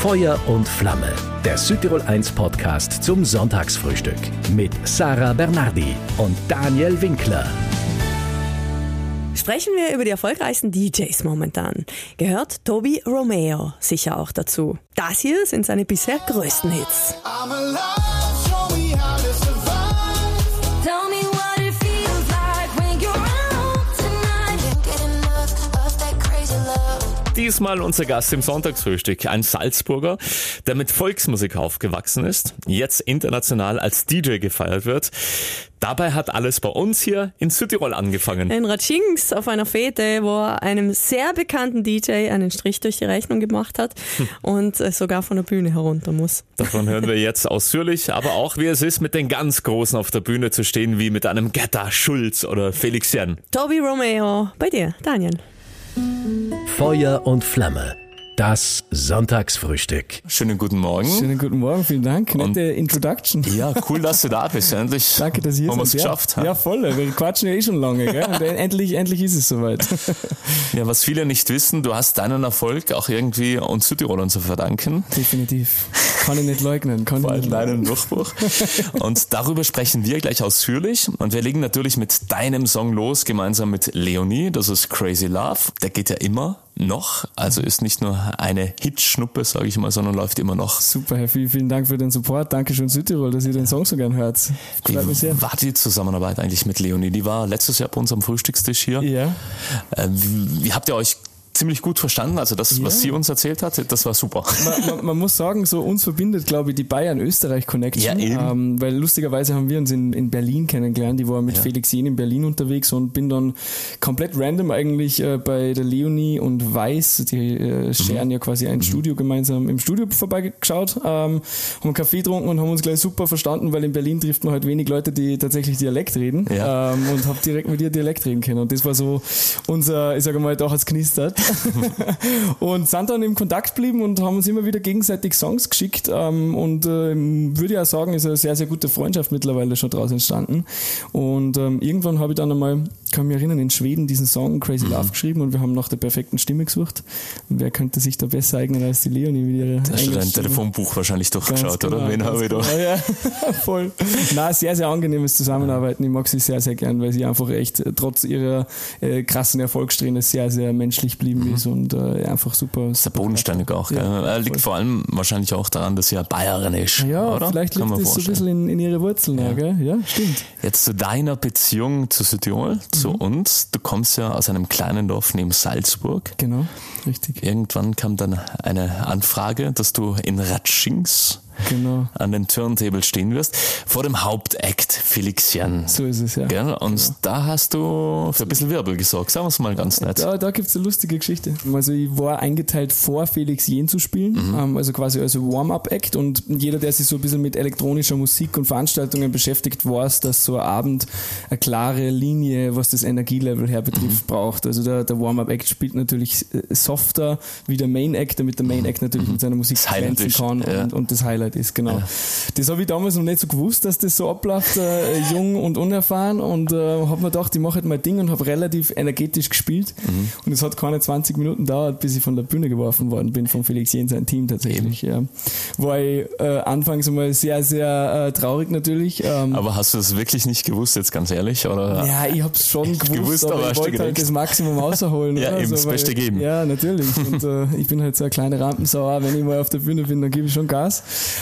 Feuer und Flamme, der Südtirol 1 Podcast zum Sonntagsfrühstück mit Sarah Bernardi und Daniel Winkler. Sprechen wir über die erfolgreichsten DJs momentan. Gehört Toby Romeo sicher auch dazu. Das hier sind seine bisher größten Hits. Diesmal unser Gast im Sonntagsfrühstück, ein Salzburger, der mit Volksmusik aufgewachsen ist, jetzt international als DJ gefeiert wird. Dabei hat alles bei uns hier in Südtirol angefangen. In Ratschings auf einer Fete, wo er einem sehr bekannten DJ einen Strich durch die Rechnung gemacht hat und sogar von der Bühne herunter muss. Davon hören wir jetzt ausführlich, aber auch wie es ist, mit den ganz Großen auf der Bühne zu stehen, wie mit einem Guetta, Schulz oder Felix Jan. Toby Romeo, bei dir, Daniel. Feuer und Flamme, das Sonntagsfrühstück. Schönen guten Morgen. Schönen guten Morgen, vielen Dank. Nette Introduction. Ja, cool, dass du da bist. Endlich Danke, dass ihr haben wir es seid. geschafft. Ja, voll. Wir quatschen ja eh schon lange. Gell? Und endlich ist es soweit. Ja, was viele nicht wissen, du hast deinen Erfolg auch irgendwie uns Südtirolern zu verdanken. Definitiv. Kann ich nicht leugnen. Vor allem deinen Durchbruch. Und darüber sprechen wir gleich ausführlich. Und wir legen natürlich mit deinem Song los, gemeinsam mit Leonie. Das ist Crazy Love. Der geht ja immer noch. Also ist nicht nur eine Hitschnuppe, sage ich mal, sondern läuft immer noch. Super, Herr, vielen Dank für den Support. Dankeschön Südtirol, dass ihr den Song so gern hört. Freut mich sehr. Wie war die Zusammenarbeit eigentlich mit Leonie? Die war letztes Jahr bei uns am Frühstückstisch hier. Ja. Wie habt ihr euch ziemlich gut verstanden, also das, was sie uns erzählt hat, das war super. Man muss sagen, so uns verbindet, glaube ich, die Bayern-Österreich-Connection, ja, weil lustigerweise haben wir uns in Berlin kennengelernt, ich war mit Felix Jen in Berlin unterwegs und bin dann komplett random eigentlich bei der Leonie und Weiß, die scheren ja quasi ein Studio gemeinsam im Studio vorbeigeschaut, haben einen Kaffee getrunken und haben uns gleich super verstanden, weil in Berlin trifft man halt wenig Leute, die tatsächlich Dialekt reden und habe direkt mit ihr Dialekt reden können und das war so unser, ich sage mal, doch als knistert. Und sind dann im Kontakt geblieben und haben uns immer wieder gegenseitig Songs geschickt und würde ja sagen, ist eine sehr, sehr gute Freundschaft mittlerweile schon draus entstanden und irgendwann habe ich dann einmal, kann mich erinnern, in Schweden diesen Song Crazy Love geschrieben und wir haben nach der perfekten Stimme gesucht. Und wer könnte sich da besser eignen als die Leonie mit ihrer Da hast du dein Telefonbuch wahrscheinlich durchgeschaut, genau, oder? Wen habe ich da? Ja, voll. Na, sehr, sehr angenehmes Zusammenarbeiten. Ich mag sie sehr, sehr gern, weil sie einfach echt trotz ihrer krassen Erfolgssträhne sehr, sehr menschlich blieben ist und einfach super. Ist der bodenständig auch, gell? Ja, liegt vor allem wahrscheinlich auch daran, dass sie ja Bayerin ist, ja, oder? Vielleicht liegt es so ein bisschen in ihre Wurzeln, gell? Ja, stimmt. Jetzt zu deiner Beziehung zu Südtirol, zu uns. Du kommst ja aus einem kleinen Dorf neben Salzburg. Genau, richtig. Irgendwann kam dann eine Anfrage, dass du in Ratschings an den Turntable stehen wirst, vor dem Hauptakt Felix Jan. So ist es, ja. Gell? Und da hast du für ein bisschen Wirbel gesorgt, sagen wir es mal ganz nett. Da gibt es eine lustige Geschichte. Also ich war eingeteilt vor Felix Jen zu spielen, also quasi als Warm-Up-Act und jeder, der sich so ein bisschen mit elektronischer Musik und Veranstaltungen beschäftigt, weiß, dass so ein Abend eine klare Linie, was das Energielevel her betrifft, braucht. Also der Warm-Up-Act spielt natürlich softer wie der Main-Act, damit der Main-Act natürlich mit seiner Musik glänzen kann und das Highlight ist, genau. Ja. Das habe ich damals noch nicht so gewusst, dass das so abläuft, jung und unerfahren und habe mir gedacht, ich mache halt mein Ding und habe relativ energetisch gespielt und es hat keine 20 Minuten gedauert, bis ich von der Bühne geworfen worden bin von Felix Jen, sein Team tatsächlich. Ja. War ich anfangs einmal sehr, sehr traurig natürlich. Aber hast du das wirklich nicht gewusst, jetzt ganz ehrlich? Oder? Ja, ich habe es schon gewusst, aber ich wollte halt das Maximum rausholen. Ja, eben so, das Beste geben. Ja, natürlich. Und ich bin halt so eine kleine Rampensau, wenn ich mal auf der Bühne bin, dann gebe ich schon Gas.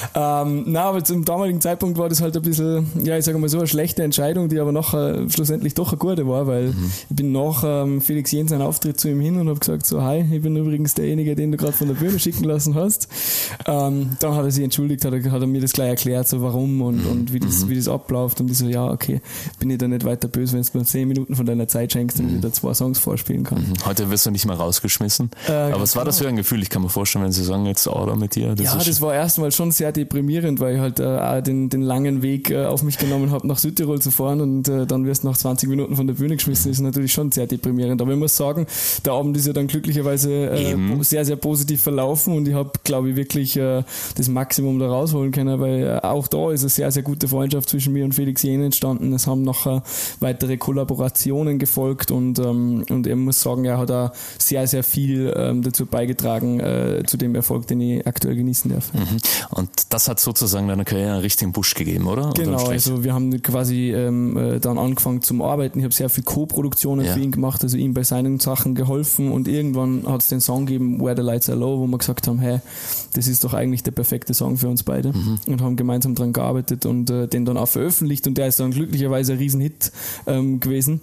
Aber zum damaligen Zeitpunkt war das halt ein bisschen, ja, ich sage mal so, eine schlechte Entscheidung, die aber nachher schlussendlich doch eine gute war, weil ich bin nach Felix Jen seinen Auftritt zu ihm hin und habe gesagt, so, hi, ich bin übrigens derjenige, den du gerade von der Bühne schicken lassen hast. Dann hat er sich entschuldigt, hat er mir das gleich erklärt, so warum und wie das abläuft und ich so, ja, okay, bin ich da nicht weiter böse, wenn du mir 10 Minuten von deiner Zeit schenkst, damit ich da 2 Songs vorspielen kann. Heute wirst du nicht mehr rausgeschmissen. Aber was war das für ein Gefühl? Ich kann mir vorstellen, wenn sie sagen, jetzt Order mit dir. Das war erstmal schon sehr sehr deprimierend, weil ich halt auch den langen Weg auf mich genommen habe, nach Südtirol zu fahren und dann wirst du nach 20 Minuten von der Bühne geschmissen. Das ist natürlich schon sehr deprimierend. Aber ich muss sagen, der Abend ist ja dann glücklicherweise sehr, sehr positiv verlaufen und ich habe, glaube ich, wirklich das Maximum da rausholen können, weil auch da ist eine sehr, sehr gute Freundschaft zwischen mir und Felix Jähn entstanden. Es haben nachher weitere Kollaborationen gefolgt und ich muss sagen, er hat auch sehr, sehr viel dazu beigetragen, zu dem Erfolg, den ich aktuell genießen darf. Und das hat sozusagen deiner Karriere einen richtigen Push gegeben, oder? Genau, also wir haben quasi dann angefangen zum Arbeiten. Ich habe sehr viel Co-Produktionen für ihn gemacht, also ihm bei seinen Sachen geholfen und irgendwann hat es den Song gegeben, Where the Lights Are Low, wo wir gesagt haben, hey, das ist doch eigentlich der perfekte Song für uns beide und haben gemeinsam dran gearbeitet und den dann auch veröffentlicht und der ist dann glücklicherweise ein Riesenhit gewesen.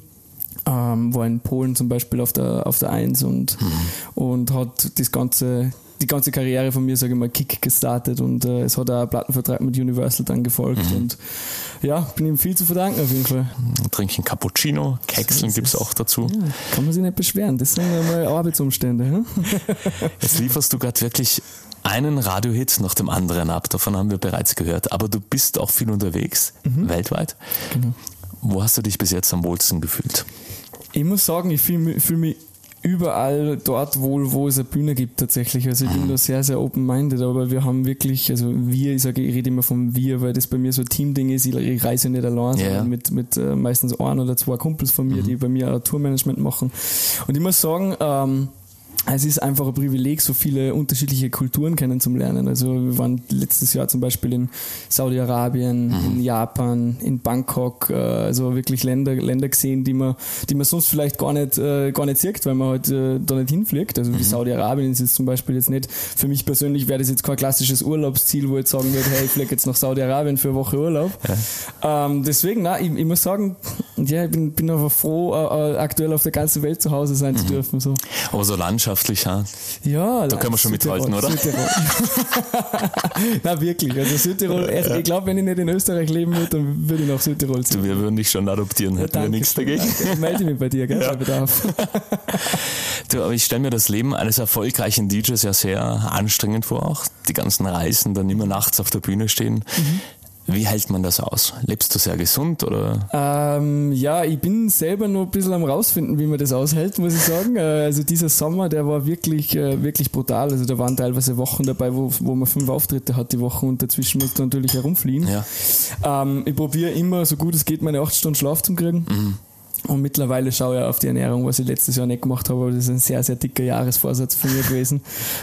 War in Polen zum Beispiel auf der 1 und hat die ganze Karriere von mir, sage ich mal, Kick gestartet und es hat auch ein Plattenvertrag mit Universal dann gefolgt und ja, bin ihm viel zu verdanken auf jeden Fall. Trinken Cappuccino, Kekseln gibt es auch dazu. Ja, kann man sich nicht beschweren, das sind ja mal Arbeitsumstände. Hm? Jetzt lieferst du gerade wirklich einen Radiohit nach dem anderen ab, davon haben wir bereits gehört, aber du bist auch viel unterwegs, weltweit. Genau. Wo hast du dich bis jetzt am wohlsten gefühlt? Ich muss sagen, ich fühle mich überall dort wohl, wo es eine Bühne gibt tatsächlich. Also ich bin da sehr, sehr open-minded, aber wir haben wirklich, also ich rede immer von wir, weil das bei mir so ein Teamding ist, ich reise nicht allein, sondern mit meistens ein oder zwei Kumpels von mir, die bei mir auch Tourmanagement machen. Und ich muss sagen, es ist einfach ein Privileg, so viele unterschiedliche Kulturen kennenzulernen. Also wir waren letztes Jahr zum Beispiel in Saudi-Arabien, in Japan, in Bangkok, also wirklich Länder gesehen, die man sonst vielleicht gar nicht sieht, weil man halt da nicht hinfliegt. Also wie Saudi-Arabien ist jetzt zum Beispiel jetzt nicht, für mich persönlich wäre das jetzt kein klassisches Urlaubsziel, wo ich jetzt sagen würde, hey, ich fliege jetzt nach Saudi-Arabien für eine Woche Urlaub. Ja. Deswegen, ich muss sagen, ja, ich bin einfach froh, aktuell auf der ganzen Welt zu Hause sein zu dürfen. So. Aber so landschaftlich, ja, da können wir schon mithalten, oder? Südtirol. Na wirklich, also Südtirol, echt, ich glaube, wenn ich nicht in Österreich leben würde, dann würde ich nach Südtirol ziehen. Wir würden dich schon adoptieren, hätten wir nichts dagegen. Danke. Melde mich bei dir, gell, bei Bedarf. Du, aber ich stelle mir das Leben eines erfolgreichen DJs ja sehr anstrengend vor, auch die ganzen Reisen, dann immer nachts auf der Bühne stehen. Wie hält man das aus? Lebst du sehr gesund oder? Ja, ich bin selber noch ein bisschen am rausfinden, wie man das aushält, muss ich sagen. Also dieser Sommer, der war wirklich brutal. Also da waren teilweise Wochen dabei, wo man 5 Auftritte hat die Woche und dazwischen musst du natürlich herumfliegen. Ja. Ich probiere immer, so gut es geht, meine 8 Stunden Schlaf zu kriegen. Und mittlerweile schaue ich auf die Ernährung, was ich letztes Jahr nicht gemacht habe, aber das ist ein sehr, sehr dicker Jahresvorsatz von mir gewesen.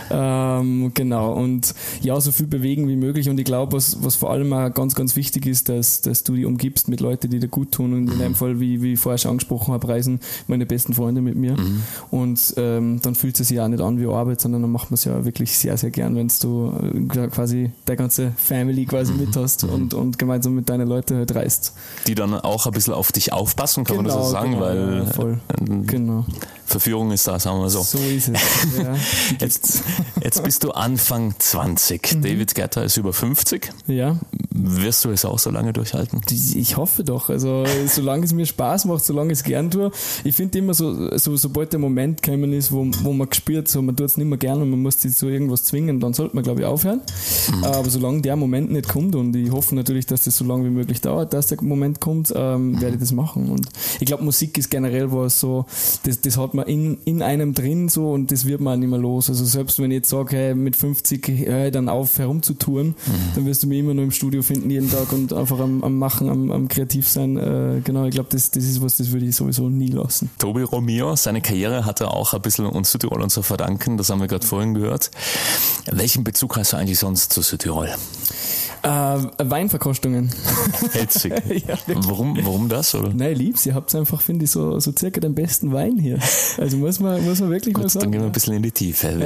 Genau. Und ja, so viel bewegen wie möglich. Und ich glaube, was vor allem auch ganz, ganz wichtig ist, dass du dich umgibst mit Leuten, die dir gut tun. Und in dem Fall, wie ich vorher schon angesprochen habe, reisen meine besten Freunde mit mir. Und dann fühlt es sich auch nicht an wie Arbeit, sondern dann macht man es ja wirklich sehr, sehr gern, wenn du quasi deine ganze Family quasi mit hast und gemeinsam mit deinen Leuten halt reist. Die dann auch ein bisschen auf dich aufpassen, kann man das so sagen, weil ja, voll. Verführung ist da, sagen wir so. So ist es. Ja. Jetzt bist du Anfang 20. David Guetta ist über 50. Ja. Wirst du es auch so lange durchhalten? Ich hoffe doch. Also solange es mir Spaß macht, solange ich es gern tue. Ich finde immer sobald der Moment gekommen ist, wo man spürt, so, man tut es nicht mehr gern und man muss sich zu irgendwas zwingen, dann sollte man, glaube ich, aufhören. Aber solange der Moment nicht kommt, und ich hoffe natürlich, dass das so lange wie möglich dauert, dass der Moment kommt, werde ich das machen. Und ich glaube, Musik ist generell was so, das hat man in einem drin so und das wird man auch nicht mehr los. Also selbst wenn ich jetzt sage, hey, mit 50 höre ich dann auf herumzutouren, dann wirst du mich immer noch im Studio finden jeden Tag und einfach am Machen, am kreativ sein. Genau, ich glaube, das ist was, das würde ich sowieso nie lassen. Tobi Romeo, seine Karriere hat er auch ein bisschen uns Südtirol zu verdanken, das haben wir gerade vorhin gehört. Welchen Bezug hast du eigentlich sonst zu Südtirol? Weinverkostungen. Hetzig. Ja, warum das? Oder? Nein, ich lieb's. Ihr habt einfach, finde ich, so circa den besten Wein hier. Also muss man wirklich Gut, mal sagen. Dann gehen wir ein bisschen in die Tiefe.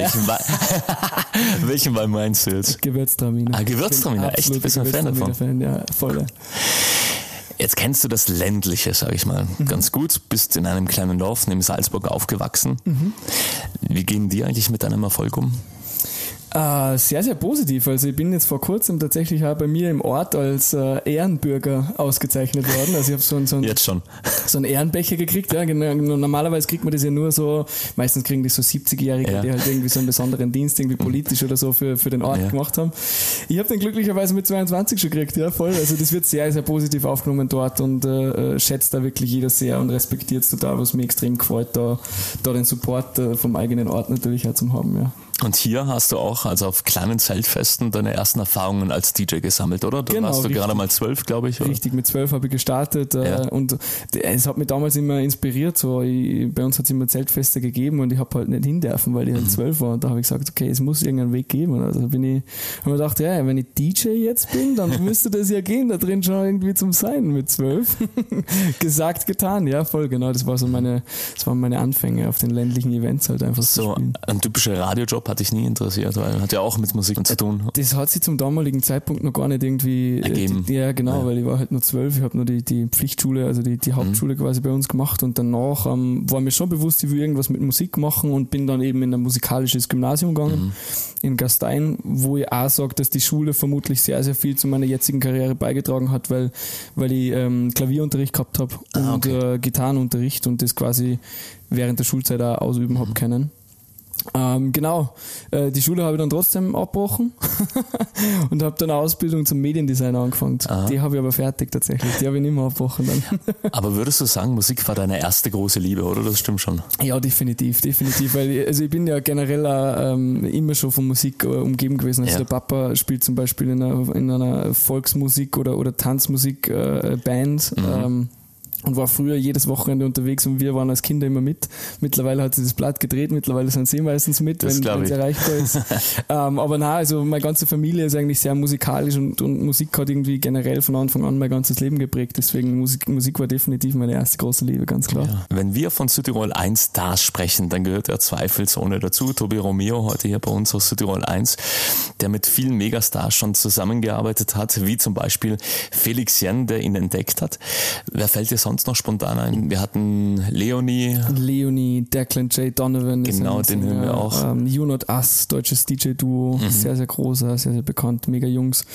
Welchen Wein meinst du jetzt? Gewürztraminer. Gewürztraminer, echt? Bist du ein Fan davon? Fan, ja, voll. Jetzt kennst du das Ländliche, sag ich mal, ganz gut. Bist in einem kleinen Dorf neben Salzburg aufgewachsen. Wie gehen die eigentlich mit deinem Erfolg um? Sehr, sehr positiv. Also ich bin jetzt vor kurzem tatsächlich auch bei mir im Ort als Ehrenbürger ausgezeichnet worden. Also ich habe so einen Ehrenbecher gekriegt. Ja, genau. Normalerweise kriegt man das ja nur so, meistens kriegen das so 70-Jährige, die halt irgendwie so einen besonderen Dienst irgendwie politisch oder so für den Ort gemacht haben. Ich habe den glücklicherweise mit 22 schon gekriegt, ja voll. Also das wird sehr, sehr positiv aufgenommen dort und schätzt da wirklich jeder sehr und respektiert es total, was mir extrem gefällt, da den Support vom eigenen Ort natürlich auch zu haben, ja. Und hier hast du auch, also auf kleinen Zeltfesten, deine ersten Erfahrungen als DJ gesammelt, oder? Da warst du gerade mal 12, glaube ich. Oder? Richtig, mit 12 habe ich gestartet und es hat mich damals immer inspiriert. So, bei uns hat es immer Zeltfeste gegeben und ich habe halt nicht hin dürfen, weil ich halt 12 war. Und da habe ich gesagt, okay, es muss irgendeinen Weg geben. Also habe ich mir gedacht, ja, wenn ich DJ jetzt bin, dann müsste das ja gehen, da drin schon irgendwie zum Sein mit 12. Gesagt, getan, ja, voll, genau. Das waren meine Anfänge auf den ländlichen Events halt einfach so. Ein typischer Radiojob hat dich nie interessiert, weil hat ja auch mit Musik zu tun. Das hat sich zum damaligen Zeitpunkt noch gar nicht irgendwie ergeben. Weil ich war halt nur 12, ich habe nur die Pflichtschule, also die Hauptschule quasi bei uns gemacht und danach war mir schon bewusst, ich will irgendwas mit Musik machen und bin dann eben in ein musikalisches Gymnasium gegangen, in Gastein, wo ich auch sage, dass die Schule vermutlich sehr, sehr viel zu meiner jetzigen Karriere beigetragen hat, weil ich Klavierunterricht gehabt habe und Gitarrenunterricht und das quasi während der Schulzeit auch ausüben habe können. Die Schule habe ich dann trotzdem abgebrochen und habe dann eine Ausbildung zum Mediendesigner angefangen. Die habe ich aber fertig tatsächlich, die habe ich nicht mehr abgebrochen dann. Aber würdest du sagen, Musik war deine erste große Liebe, oder? Das stimmt schon. Ja, definitiv, weil ich bin ja generell auch, immer schon von Musik umgeben gewesen. Also der Papa spielt zum Beispiel in einer Volksmusik oder Tanzmusik Band. Und war früher jedes Wochenende unterwegs und wir waren als Kinder immer mit. Mittlerweile hat sich das Blatt gedreht, mittlerweile sind sie meistens mit, wenn es erreichbar ist. Aber also meine ganze Familie ist eigentlich sehr musikalisch und Musik hat irgendwie generell von Anfang an mein ganzes Leben geprägt. Deswegen Musik war definitiv meine erste große Liebe, ganz klar. Ja. Wenn wir von Südtirol 1 Stars sprechen, dann gehört ja zweifelsohne dazu. Tobi Romeo, heute hier bei uns aus Südtirol 1, der mit vielen Megastars schon zusammengearbeitet hat, wie zum Beispiel Felix Jen, der ihn entdeckt hat. Wer fällt dir sonst noch spontan ein? Wir hatten Leonie, Declan J. Donovan. Genau, den hören wir auch. You Not Us, deutsches DJ-Duo, sehr, sehr großer, sehr, sehr bekannt, mega Jungs.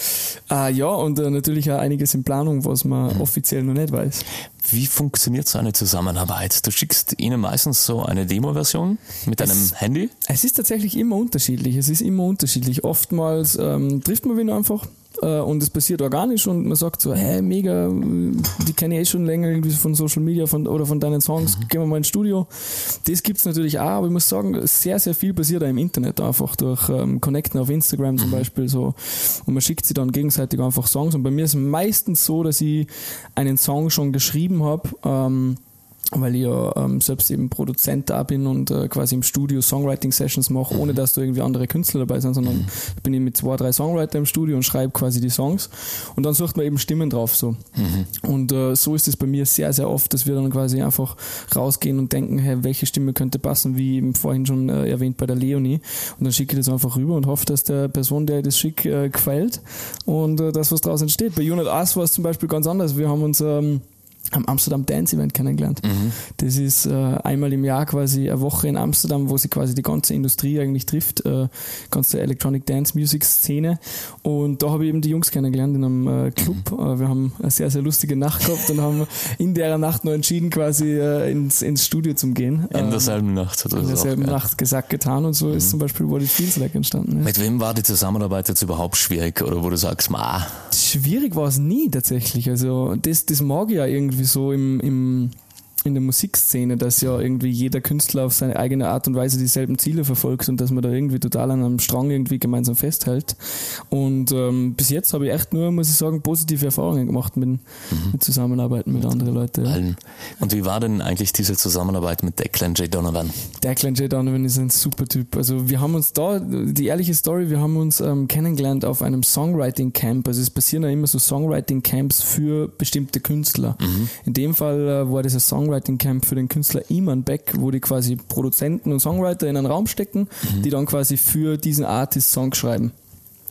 Und natürlich auch einiges in Planung, was man offiziell noch nicht weiß. Wie funktioniert so eine Zusammenarbeit? Du schickst ihnen meistens so eine Demo-Version mit deinem Handy? Es ist tatsächlich immer unterschiedlich. Oftmals trifft man wen einfach und es passiert organisch und man sagt so, hey, mega, die kenne ich schon länger irgendwie von Social Media oder von deinen Songs, gehen wir mal ins Studio. Das gibt's natürlich auch, aber ich muss sagen, sehr, sehr viel passiert auch im Internet, einfach durch Connecten auf Instagram zum Beispiel so, und man schickt sich dann gegenseitig einfach Songs und bei mir ist es meistens so, dass ich einen Song schon geschrieben habe, weil ich ja selbst eben Produzent da bin und quasi im Studio Songwriting-Sessions mache, ohne dass da irgendwie andere Künstler dabei sind, sondern bin ich mit 2, 3 Songwriter im Studio und schreibe quasi die Songs und dann sucht man eben Stimmen drauf so. Und so ist es bei mir sehr, sehr oft, dass wir dann quasi einfach rausgehen und denken, hey, welche Stimme könnte passen, wie eben vorhin schon erwähnt bei der Leonie, und dann schicke ich das einfach rüber und hoffe, dass der Person, der das schickt, gefällt und das, was daraus entsteht. Bei You Not Us war es zum Beispiel ganz anders. Wir haben uns am Amsterdam Dance Event kennengelernt. Das ist einmal im Jahr quasi eine Woche in Amsterdam, wo sich quasi die ganze Industrie eigentlich trifft, ganze Electronic Dance Music Szene, und da habe ich eben die Jungs kennengelernt in einem Club. Wir haben eine sehr, sehr lustige Nacht gehabt und haben in der Nacht noch entschieden, quasi ins Studio zu gehen. In derselben Nacht. In derselben Nacht gesagt, getan, und so ist zum Beispiel What It Feels Like entstanden. Ja. Mit wem war die Zusammenarbeit jetzt überhaupt schwierig, oder wo du sagst, schwierig war es nie tatsächlich. Also das mag ich ja irgendwie so in der Musikszene, dass ja irgendwie jeder Künstler auf seine eigene Art und Weise dieselben Ziele verfolgt und dass man da irgendwie total an einem Strang irgendwie gemeinsam festhält. Und bis jetzt habe ich echt nur, muss ich sagen, positive Erfahrungen gemacht mit Zusammenarbeiten mit anderen Leuten. Ja. Und wie war denn eigentlich diese Zusammenarbeit mit Declan J. Donovan? Declan J. Donovan ist ein super Typ. Also wir haben uns die ehrliche Story, wir haben uns kennengelernt auf einem Songwriting-Camp. Also es passieren ja immer so Songwriting-Camps für bestimmte Künstler. In dem Fall war das ein Songwriting-Camp für den Künstler Iman Beck, wo die quasi Produzenten und Songwriter in einen Raum stecken, die dann quasi für diesen Artist Songs schreiben.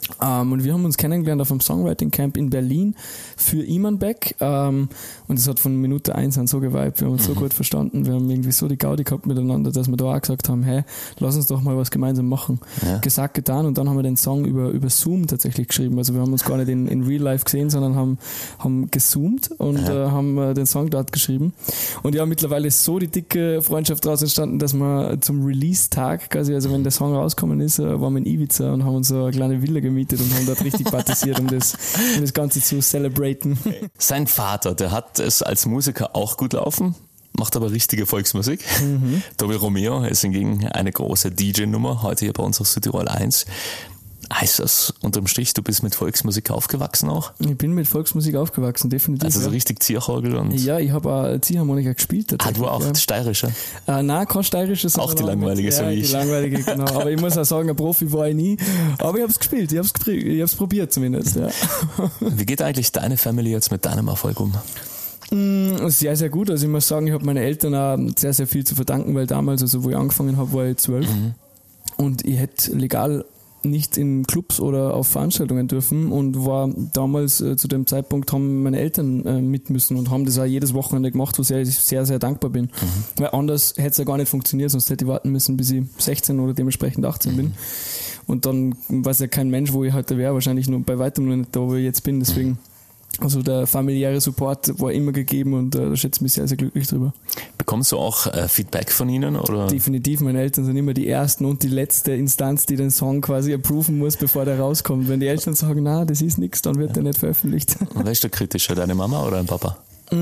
Und wir haben uns kennengelernt auf einem Songwriting Camp in Berlin für Imanbek. Und es hat von Minute 1 an so geweibt. Wir haben uns so gut verstanden. Wir haben irgendwie so die Gaudi gehabt miteinander, dass wir da auch gesagt haben, hey, lass uns doch mal was gemeinsam machen. Ja. Gesagt, getan. Und dann haben wir den Song über Zoom tatsächlich geschrieben. Also wir haben uns gar nicht in Real Life gesehen, sondern haben gezoomt und haben den Song dort geschrieben. Und ja, mittlerweile ist so die dicke Freundschaft daraus entstanden, dass wir zum Release-Tag, quasi, also wenn der Song rausgekommen ist, waren wir in Ibiza und haben uns so eine kleine Villa gemietet und haben dort richtig partisiert, um das Ganze zu celebraten. Sein Vater, der hat es als Musiker auch gut laufen, macht aber richtige Volksmusik. Tobi Romeo ist hingegen eine große DJ-Nummer, heute hier bei uns auf Südtirol 1. Heißt das unterm Strich, du bist mit Volksmusik aufgewachsen auch? Ich bin mit Volksmusik aufgewachsen, definitiv. Also so richtig Zierorgel und... Ja, ich habe auch Ziehharmonika gespielt. Du auch, ja. Steirische? Nein, kein steirisches. Auch die langweilige, so wie ich. Die langweilige, genau. Aber ich muss auch sagen, ein Profi war ich nie. Aber ich habe es gespielt, ich habe es probiert zumindest. Ja. Wie geht eigentlich deine Family jetzt mit deinem Erfolg um? Sehr, sehr gut. Also ich muss sagen, ich habe meinen Eltern auch sehr, sehr viel zu verdanken, weil damals, also wo ich angefangen habe, war ich 12. Und ich hätte legal nicht in Clubs oder auf Veranstaltungen dürfen und war damals zu dem Zeitpunkt, haben meine Eltern mit müssen und haben das auch jedes Wochenende gemacht, wo ich sehr, sehr dankbar bin. Weil anders hätte es ja gar nicht funktioniert, sonst hätte ich warten müssen, bis ich 16 oder dementsprechend 18 bin. Und dann weiß ja kein Mensch, wo ich heute wäre, wahrscheinlich nur bei weitem noch nicht da, wo ich jetzt bin, deswegen. Also der familiäre Support war immer gegeben und da schätze ich mich sehr, sehr glücklich drüber. Bekommst du auch Feedback von ihnen? Oder? Definitiv, meine Eltern sind immer die ersten und die letzte Instanz, die den Song quasi approven muss, bevor der rauskommt. Wenn die Eltern sagen, na, das ist nichts, dann wird der nicht veröffentlicht. Und wer ist der kritischer, deine Mama oder dein Papa?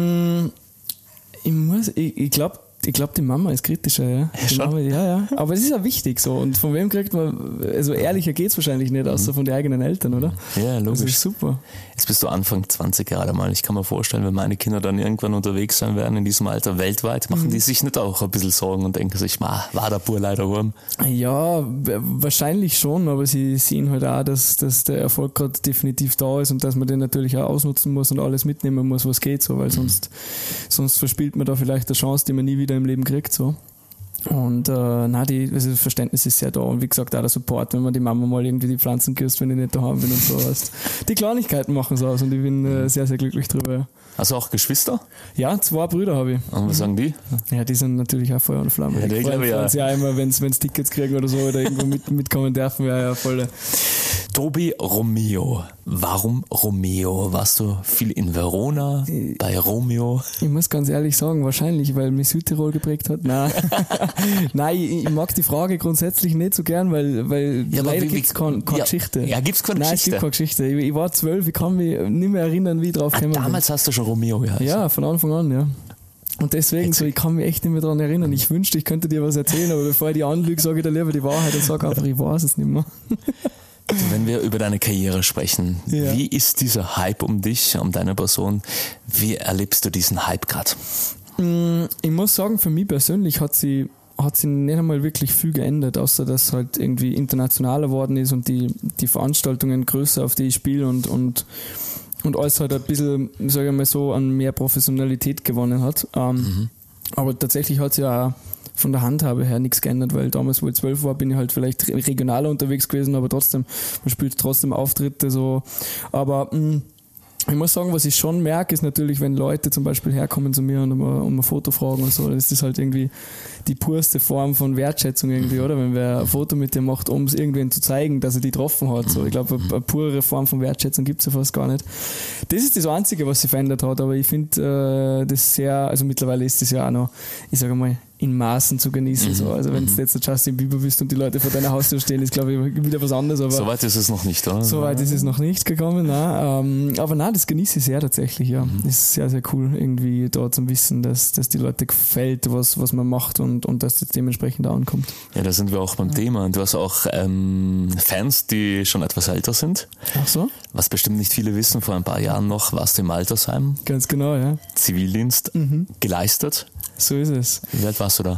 Ich glaube, die Mama ist kritischer, ja. Mama, ja. Aber es ist ja wichtig so. Und von wem kriegt man, also ehrlicher geht's wahrscheinlich nicht, außer von den eigenen Eltern, oder? Ja, logisch. Das ist super. Jetzt bist du Anfang 20 gerade mal. Ich kann mir vorstellen, wenn meine Kinder dann irgendwann unterwegs sein werden in diesem Alter weltweit, machen die sich nicht auch ein bisschen Sorgen und denken sich, war der pur leider Wurm? Ja, wahrscheinlich schon, aber sie sehen halt auch, dass der Erfolg gerade definitiv da ist und dass man den natürlich auch ausnutzen muss und alles mitnehmen muss, was geht, so, weil sonst verspielt man da vielleicht eine Chance, die man nie wieder im Leben kriegt, so. Und also das Verständnis ist sehr da und wie gesagt auch der Support, wenn man die Mama mal irgendwie die Pflanzen küsst, wenn ich nicht daheim bin und sowas. Die Kleinigkeiten machen es aus und ich bin sehr, sehr glücklich drüber. Ja. Hast du auch Geschwister? Ja, 2 Brüder habe ich. Und was sagen die? Ja, die sind natürlich auch Feuer und Flamme. Ja, die glaube ich ja. Ja immer, wenn sie Tickets kriegen oder so oder irgendwo mitkommen dürfen, ja voll. Tobi Romeo. Warum Romeo? Warst du viel in Verona, bei Romeo? Ich muss ganz ehrlich sagen, wahrscheinlich, weil mich Südtirol geprägt hat. Nein, nein, ich mag die Frage grundsätzlich nicht so gern, weil ja, leider gibt es keine Geschichte. Ja, gibt es keine Geschichte? Nein, es gibt keine Geschichte. Ich war 12, ich kann mich nicht mehr erinnern, wie ich drauf gekommen bin. Damals hast du schon Romeo geheißen? Ja, von Anfang an, ja. Und deswegen, so, ich kann mich echt nicht mehr daran erinnern. Ich wünschte, ich könnte dir was erzählen, aber bevor ich die anlüge, sage ich dir lieber die Wahrheit und sage einfach, ich weiß es nicht mehr. Wenn wir über deine Karriere sprechen, wie ist dieser Hype um dich, um deine Person? Wie erlebst du diesen Hype gerade? Ich muss sagen, für mich persönlich hat sie nicht einmal wirklich viel geändert, außer dass halt irgendwie internationaler geworden ist und die Veranstaltungen größer, auf die ich spiele und alles halt ein bisschen, sage ich mal so, an mehr Professionalität gewonnen hat. Aber tatsächlich hat sie ja auch von der Handhabe her nichts geändert, weil damals, wo ich 12 war, bin ich halt vielleicht regionaler unterwegs gewesen, aber trotzdem, man spielt trotzdem Auftritte so. Aber ich muss sagen, was ich schon merke, ist natürlich, wenn Leute zum Beispiel herkommen zu mir und um ein Foto fragen und so, das ist halt irgendwie die purste Form von Wertschätzung irgendwie, oder? Wenn wer ein Foto mit dir macht, um es irgendwen zu zeigen, dass er die getroffen hat. So. Ich glaube, eine pure Form von Wertschätzung gibt es ja fast gar nicht. Das ist das Einzige, was sich verändert hat, aber ich finde das sehr, also mittlerweile ist das ja auch noch, ich sage mal, in Maßen zu genießen. So. Also wenn du jetzt der Justin Bieber bist und die Leute vor deiner Haustür stehen, ist glaube ich wieder was anderes. Aber so weit ist es noch nicht, oder? So weit ist es noch nicht gekommen, nein. Aber nein, das genieße ich sehr tatsächlich, ja. Das ist sehr, sehr cool, irgendwie da zu wissen, dass die Leute gefällt, was man macht und dass das dementsprechend auch ankommt. Ja, da sind wir auch beim Thema. Du hast auch Fans, die schon etwas älter sind. Ach so? Was bestimmt nicht viele wissen, vor ein paar Jahren noch warst du im Altersheim. Ganz genau, ja. Zivildienst geleistet. So ist es. Wie alt warst du da?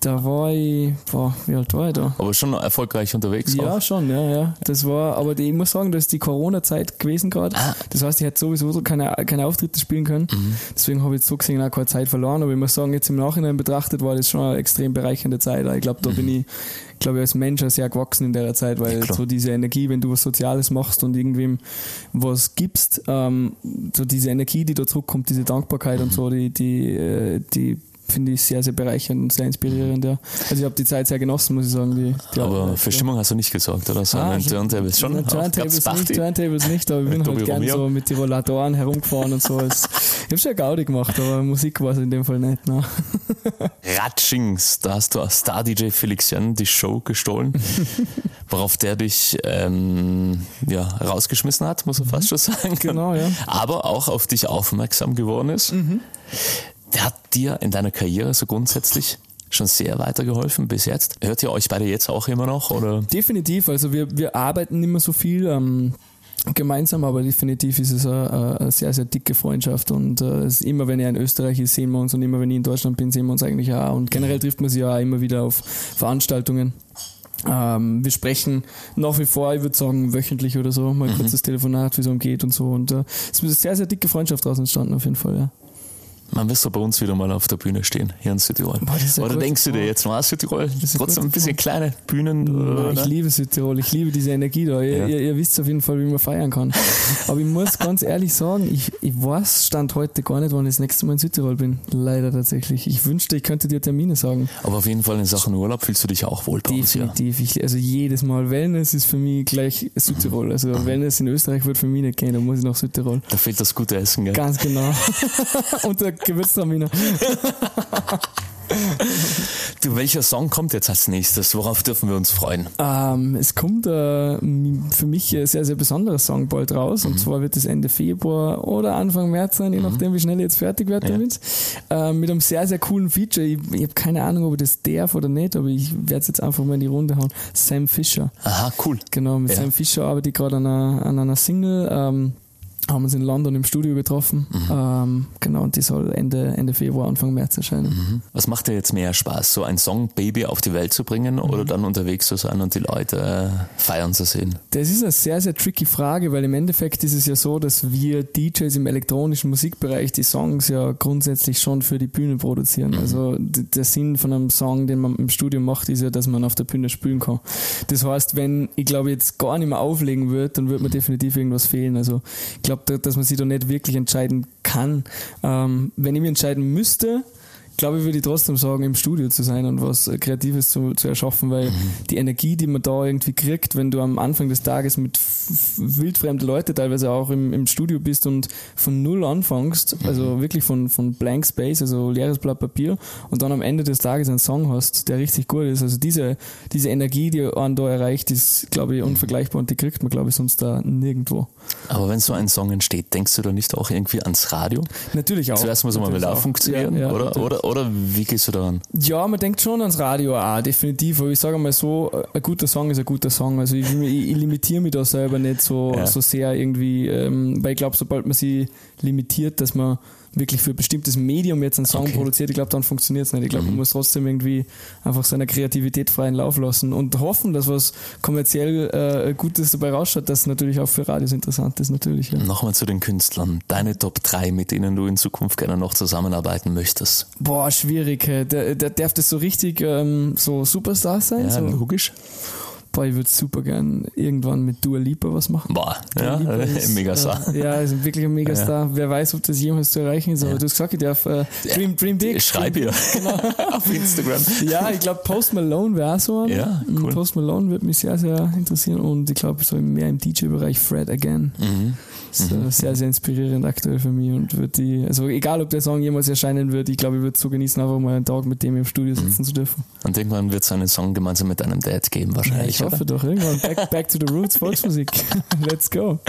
Da war ich, wie alt war ich da? Aber schon noch erfolgreich unterwegs. Ja, auch. schon, ja. Das war, aber ich muss sagen, das ist die Corona-Zeit gewesen gerade. Das heißt, ich hätte sowieso keine Auftritte spielen können. Deswegen habe ich jetzt so gesehen auch keine Zeit verloren. Aber ich muss sagen, jetzt im Nachhinein betrachtet war das schon eine extrem bereichernde Zeit. Ich glaube, da bin ich, als Mensch auch sehr gewachsen in der Zeit, weil so diese Energie, wenn du was Soziales machst und irgendwem was gibst, so diese Energie, die da zurückkommt, diese Dankbarkeit und so, die finde ich sehr, sehr bereichernd und sehr inspirierend, ja. Also ich habe die Zeit sehr genossen, muss ich sagen. Aber für Stimmung hast du nicht gesorgt, oder? So an den Turntables schon? Turntables nicht, aber ich bin halt gern so mit den Rollatoren herumgefahren und so. Ich habe schon Gaudi gemacht, aber Musik war es in dem Fall nicht. Ne? Ratschings, da hast du als Star-DJ Felix Jan die Show gestohlen, worauf der dich rausgeschmissen hat, muss man fast schon sagen. Genau, ja. Aber auch auf dich aufmerksam geworden ist. Der hat dir in deiner Karriere so grundsätzlich schon sehr weitergeholfen bis jetzt. Hört ihr euch beide jetzt auch immer noch? Oder? Definitiv, also wir arbeiten nicht mehr so viel gemeinsam, aber definitiv ist es eine sehr, sehr dicke Freundschaft und immer wenn er in Österreich ist, sehen wir uns und immer wenn ich in Deutschland bin, sehen wir uns eigentlich auch und generell trifft man sich ja auch immer wieder auf Veranstaltungen. Wir sprechen nach wie vor, ich würde sagen, wöchentlich oder so, mal kurz das Telefonat, wie es umgeht und so und es ist eine sehr, sehr dicke Freundschaft daraus entstanden auf jeden Fall, ja. Man wirst du bei uns wieder mal auf der Bühne stehen, hier in Südtirol. Oder denkst du dir jetzt mal, Südtirol, trotzdem ein bisschen kleine Bühnen? Ich liebe Südtirol, ich liebe diese Energie da. Ihr wisst auf jeden Fall, wie man feiern kann. Aber ich muss ganz ehrlich sagen, ich weiß, Stand heute gar nicht, wann ich das nächste Mal in Südtirol bin. Leider tatsächlich. Ich wünschte, ich könnte dir Termine sagen. Aber auf jeden Fall in Sachen Urlaub fühlst du dich auch wohl bei uns, ja? Definitiv. Also jedes Mal Wellness ist für mich gleich Südtirol. Also Wellness in Österreich wird für mich nicht gehen, da muss ich nach Südtirol. Da fehlt das gute Essen, gell? Ganz genau. Und der Gewürztraminer. Du, welcher Song kommt jetzt als nächstes? Worauf dürfen wir uns freuen? Es kommt für mich ein sehr, sehr besonderer Song bald raus. Und zwar wird es Ende Februar oder Anfang März sein, je nachdem, wie schnell ich jetzt fertig werde damit. Mit einem sehr, sehr coolen Feature. Ich habe keine Ahnung, ob ich das darf oder nicht, aber ich werde es jetzt einfach mal in die Runde hauen. Sam Fisher. Aha, cool. Genau, mit Sam Fisher arbeite ich gerade an einer Single. Haben uns in London im Studio getroffen. Genau, und die soll Ende Februar, Anfang März erscheinen. Was macht dir jetzt mehr Spaß, so ein Song Baby auf die Welt zu bringen oder dann unterwegs zu sein und die Leute feiern zu sehen? Das ist eine sehr, sehr tricky Frage, weil im Endeffekt ist es ja so, dass wir DJs im elektronischen Musikbereich die Songs ja grundsätzlich schon für die Bühne produzieren. Also der Sinn von einem Song, den man im Studio macht, ist ja, dass man auf der Bühne spielen kann. Das heißt, wenn ich glaube jetzt gar nicht mehr auflegen würde, dann würde mir definitiv irgendwas fehlen. Also ich glaube, dass man sich da nicht wirklich entscheiden kann. Wenn ich mich entscheiden müsste, glaube ich, würde ich trotzdem sagen, im Studio zu sein und was Kreatives zu erschaffen, weil die Energie, die man da irgendwie kriegt, wenn du am Anfang des Tages mit wildfremden Leuten teilweise auch im Studio bist und von null anfängst, also wirklich von Blank Space, also leeres Blatt Papier und dann am Ende des Tages einen Song hast, der richtig gut ist. Also diese Energie, die einen da erreicht, ist, glaube ich, unvergleichbar und die kriegt man, glaube ich, sonst da nirgendwo. Aber wenn so ein Song entsteht, denkst du da nicht auch irgendwie ans Radio? Natürlich auch. Zuerst muss man mal da funktionieren, oder wie gehst du daran? Ja, man denkt schon ans Radio auch, definitiv. Aber ich sage mal so, ein guter Song ist ein guter Song. Also ich limitiere mich da selber nicht so sehr irgendwie, weil ich glaube, sobald man sie limitiert, dass man wirklich für ein bestimmtes Medium jetzt einen Song produziert, ich glaube, dann funktioniert es nicht. Ich glaube, man muss trotzdem irgendwie einfach seiner Kreativität freien Lauf lassen und hoffen, dass was kommerziell Gutes dabei rausschaut, das natürlich auch für Radios interessant ist, natürlich. Ja. Nochmal zu den Künstlern. Deine Top 3, mit denen du in Zukunft gerne noch zusammenarbeiten möchtest? Boah, schwierig. Der darf das so richtig so Superstar sein? Ja, so logisch. Ich würde super gern irgendwann mit Dua Lipa was machen. Boah, ja, ein Megastar. Ist wirklich ein Megastar. Ja. Wer weiß, ob das jemals zu erreichen ist, aber du hast gesagt, ich darf Dream Big. Schreib ihr genau. Auf Instagram. Ja, ich glaube, Post Malone wäre auch so einer. Ja, cool. Post Malone würde mich sehr, sehr interessieren und ich glaube, so mehr im DJ-Bereich Fred Again. Ist sehr, sehr inspirierend aktuell für mich und also egal, ob der Song jemals erscheinen wird, ich glaube, ich würde es so genießen, einfach mal einen Tag mit dem im Studio sitzen zu dürfen. Und irgendwann wird es einen Song gemeinsam mit deinem Dad geben, wahrscheinlich. Ich hoffe doch, irgendwann back to the roots, Volksmusik. Let's go.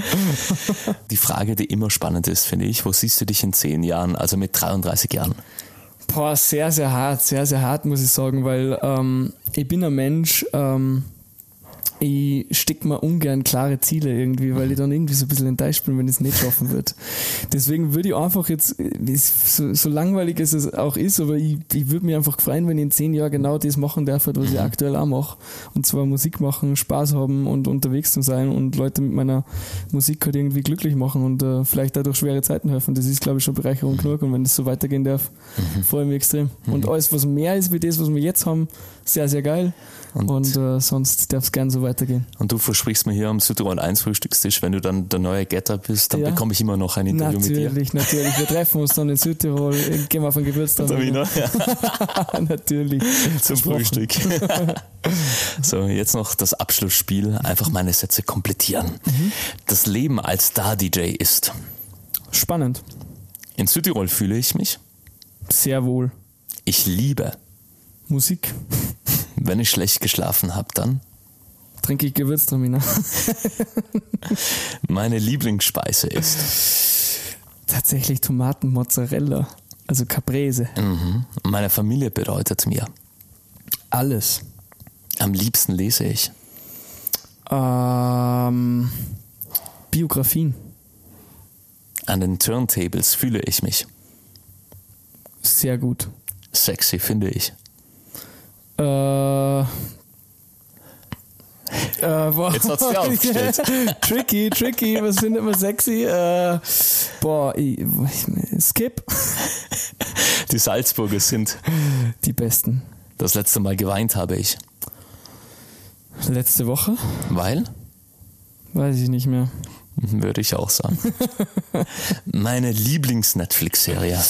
Die Frage, die immer spannend ist, finde ich, wo siehst du dich in 10 Jahren, also mit 33 Jahren? Boah, sehr, sehr hart, muss ich sagen, weil ich bin ein Mensch, ich stecke mir ungern klare Ziele irgendwie, weil ich dann irgendwie so ein bisschen enttäuscht bin, wenn ich es nicht schaffen wird. Deswegen würde ich einfach jetzt, so langweilig es auch ist, aber ich würde mich einfach freuen, wenn ich in 10 Jahren genau das machen darf, was ich aktuell auch mache. Und zwar Musik machen, Spaß haben und unterwegs zu sein und Leute mit meiner Musik halt irgendwie glücklich machen und vielleicht dadurch schwere Zeiten helfen. Das ist, glaube ich, schon Bereicherung genug, und wenn das so weitergehen darf, freue ich mich extrem. Und alles, was mehr ist wie das, was wir jetzt haben, sehr, sehr geil. Und sonst darf es gern so weitergehen. Und du versprichst mir hier am Südtirol 1 Frühstückstisch, wenn du dann der neue Getter bist, dann bekomme ich immer noch ein Interview mit dir. Natürlich. Wir treffen uns dann in Südtirol, gehen wir auf einen Geburtstag. Natürlich. Zum Frühstück. So, jetzt noch das Abschlussspiel. Einfach meine Sätze komplettieren. Das Leben als Star-DJ ist spannend. In Südtirol fühle ich mich sehr wohl. Ich liebe Musik. Wenn ich schlecht geschlafen habe, dann trinke ich Gewürztraminer. Meine Lieblingsspeise ist tatsächlich Tomatenmozzarella, also Caprese. Meine Familie bedeutet mir alles. Am liebsten lese ich Biografien. An den Turntables fühle ich mich sehr gut. Sexy finde ich. Boah. Jetzt hat's dir aufgestellt. Tricky, was findet man sexy? Skip. Die Salzburger sind die Besten. Das letzte Mal geweint habe ich letzte Woche. Weil? Weiß ich nicht mehr. Würde ich auch sagen. Meine Lieblings-Netflix-Serie.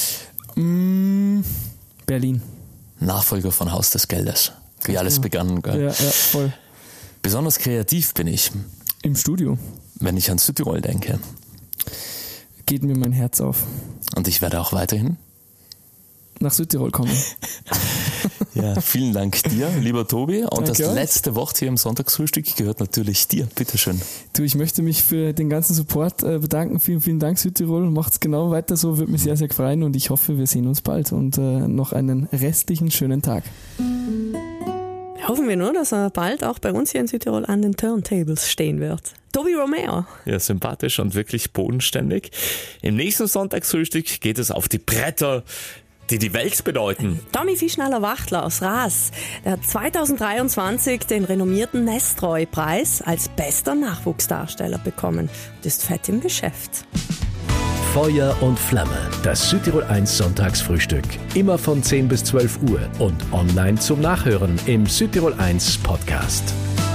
Berlin. Nachfolger von Haus des Geldes. Wie alles begann, gell? Ja, voll. Besonders kreativ bin ich. Im Studio. Wenn ich an Südtirol denke. Geht mir mein Herz auf. Und ich werde auch weiterhin nach Südtirol kommen. Ja, vielen Dank dir, lieber Tobi. Und danke das letzte Wort hier im Sonntagsfrühstück gehört natürlich dir. Bitteschön. Du, ich möchte mich für den ganzen Support bedanken. Vielen, vielen Dank, Südtirol. Macht's genau weiter so, würde mich sehr, sehr freuen. Und ich hoffe, wir sehen uns bald. Und noch einen restlichen schönen Tag. Hoffen wir nur, dass er bald auch bei uns hier in Südtirol an den Turntables stehen wird. Tobi Romeo. Ja, sympathisch und wirklich bodenständig. Im nächsten Sonntagsfrühstück geht es auf die Bretter, die die Welt bedeuten. Tommy Fischnaller-Wachtler aus Raas, der hat 2023 den renommierten Nestroy-Preis als bester Nachwuchsdarsteller bekommen und ist fett im Geschäft. Feuer und Flamme, das Südtirol 1 Sonntagsfrühstück. Immer von 10 bis 12 Uhr und online zum Nachhören im Südtirol 1 Podcast.